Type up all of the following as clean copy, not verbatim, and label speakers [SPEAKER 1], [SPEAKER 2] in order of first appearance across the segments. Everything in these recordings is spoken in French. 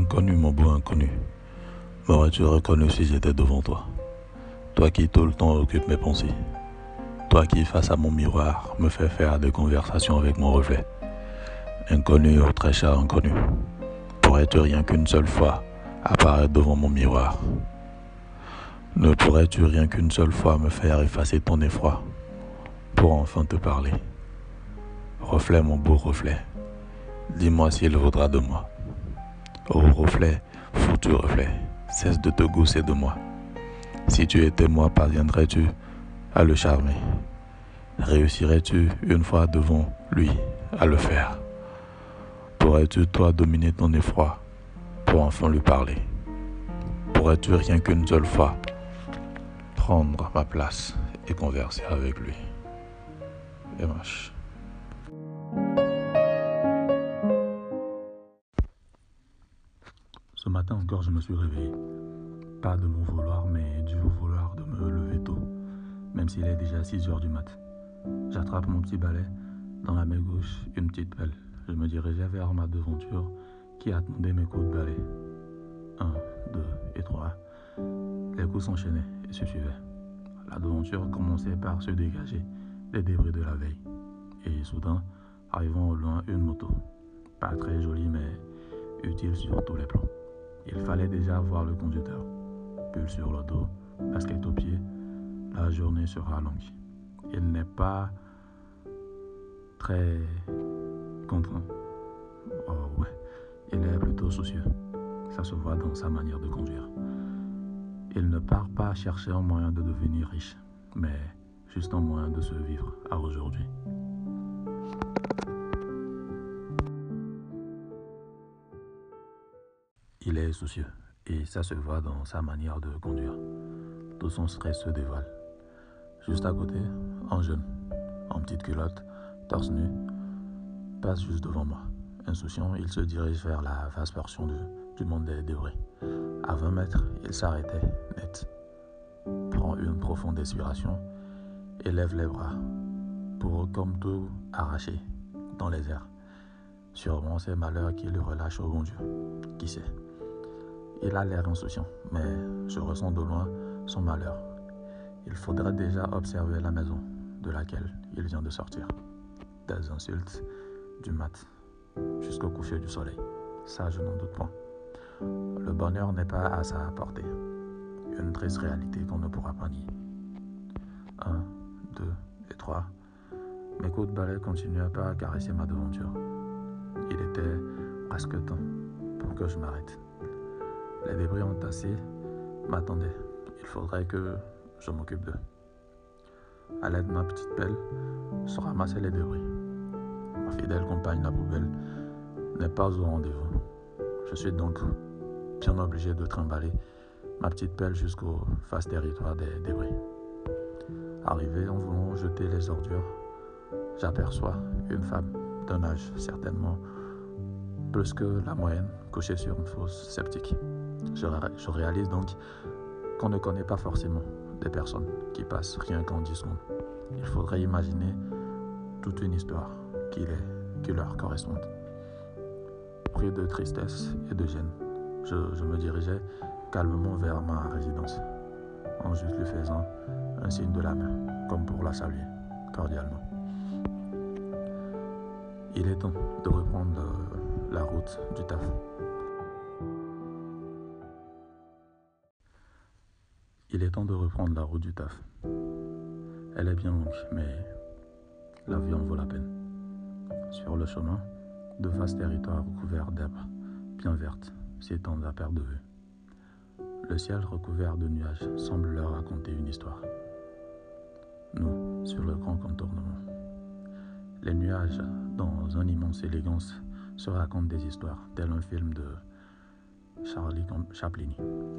[SPEAKER 1] Inconnu, mon beau inconnu, m'aurais-tu reconnu si j'étais devant toi? Toi qui tout le temps occupe mes pensées. Toi qui, face à mon miroir, me fais faire des conversations avec mon reflet. Inconnu, oh très cher inconnu, pourrais-tu rien qu'une seule fois apparaître devant mon miroir? Ne pourrais-tu rien qu'une seule fois me faire effacer ton effroi pour enfin te parler? Reflet, mon beau reflet, dis-moi s'il vaudra de moi. Oh reflet, foutu reflet, cesse de te gousser de moi. Si tu étais moi, parviendrais-tu à le charmer? Réussirais-tu une fois devant lui à le faire? Pourrais-tu toi dominer ton effroi pour enfin lui parler? Pourrais-tu rien qu'une seule fois prendre ma place et converser avec lui? MH. Ce matin encore, je me suis réveillé. Pas de mon vouloir, mais du vouloir de me lever tôt, même s'il est déjà 6 heures du mat. J'attrape mon petit balai, dans la main gauche, une petite pelle. Je me dirigeais vers ma devanture qui attendait mes coups de balai. 1, 2 et 3. Les coups s'enchaînaient et se suivaient. La devanture commençait par se dégager des débris de la veille. Et soudain, arrivant au loin, une moto. Pas très jolie, mais utile sur tous les plans. Il fallait déjà voir le conducteur. Pull sur le dos, basket au pied. La journée sera longue. Il n'est pas très contraint. Oh ouais, il est plutôt soucieux. Ça se voit dans sa manière de conduire. Il ne part pas chercher un moyen de devenir riche, mais juste un moyen de se vivre à aujourd'hui. Il est soucieux et ça se voit dans sa manière de conduire. Tout son stress se dévoile. Juste à côté, un jeune, en petite culotte, torse nu, passe juste devant moi. Insouciant, il se dirige vers la vaste portion du monde des débris. À 20 mètres, il s'arrêtait, net. Prend une profonde inspiration et lève les bras, pour comme tout arracher dans les airs. Sûrement ces malheurs qui le relâchent au bon Dieu. Qui sait? Il a l'air insouciant, mais je ressens de loin son malheur. Il faudrait déjà observer la maison de laquelle il vient de sortir. Des insultes, du mat, jusqu'au coucher du soleil. Ça, je n'en doute pas. Le bonheur n'est pas à sa portée. Une triste réalité qu'on ne pourra pas nier. 1, 2 et 3. Mes coups de balai continuaient pas à caresser ma devanture. Il était presque temps pour que je m'arrête. Les débris entassés m'attendaient. Il faudrait que je m'occupe d'eux. À l'aide de ma petite pelle, je ramassais les débris. Ma fidèle compagne, la poubelle, n'est pas au rendez-vous. Je suis donc bien obligé de trimballer ma petite pelle jusqu'au vaste territoire des débris. Arrivé en voulant jeter les ordures, j'aperçois une femme d'un âge certainement plus que la moyenne, couchée sur une fosse septique. Je réalise donc qu'on ne connaît pas forcément des personnes qui passent rien qu'en 10 secondes. Il faudrait imaginer toute une histoire qui leur corresponde. Pris de tristesse et de gêne, je me dirigeais calmement vers ma résidence, en juste lui faisant un signe de la main, comme pour la saluer cordialement. Il est temps de reprendre la route du taf. Il est temps de reprendre la route du taf. Elle est bien longue, mais la vie en vaut la peine. Sur le chemin, de vastes territoires recouverts d'herbes bien vertes s'étendent à perte de vue. Le ciel recouvert de nuages semble leur raconter une histoire. Nous, sur le grand contournement. Les nuages, dans une immense élégance, se racontent des histoires, tel un film de Charlie Chaplin.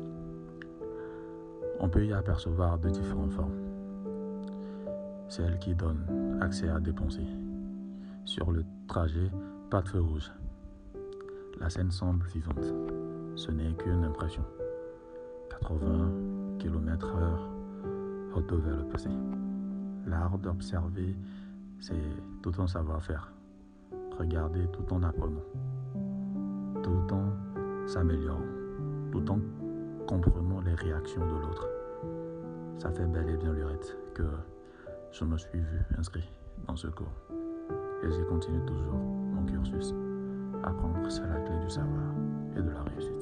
[SPEAKER 1] On peut y apercevoir de différentes formes. Celles qui donnent accès à des pensées. Sur le trajet, pas de feu rouge. La scène semble vivante. Ce n'est qu'une impression. 80 km/h, retour vers le passé. L'art d'observer, c'est tout en savoir-faire. Regarder tout en apprenant. Tout en s'améliorant, tout en comprenant les réactions de l'autre. Ça fait bel et bien lurette que je me suis vu inscrit dans ce cours. Et j'y continue toujours mon cursus. Apprendre, c'est la clé du savoir et de la réussite.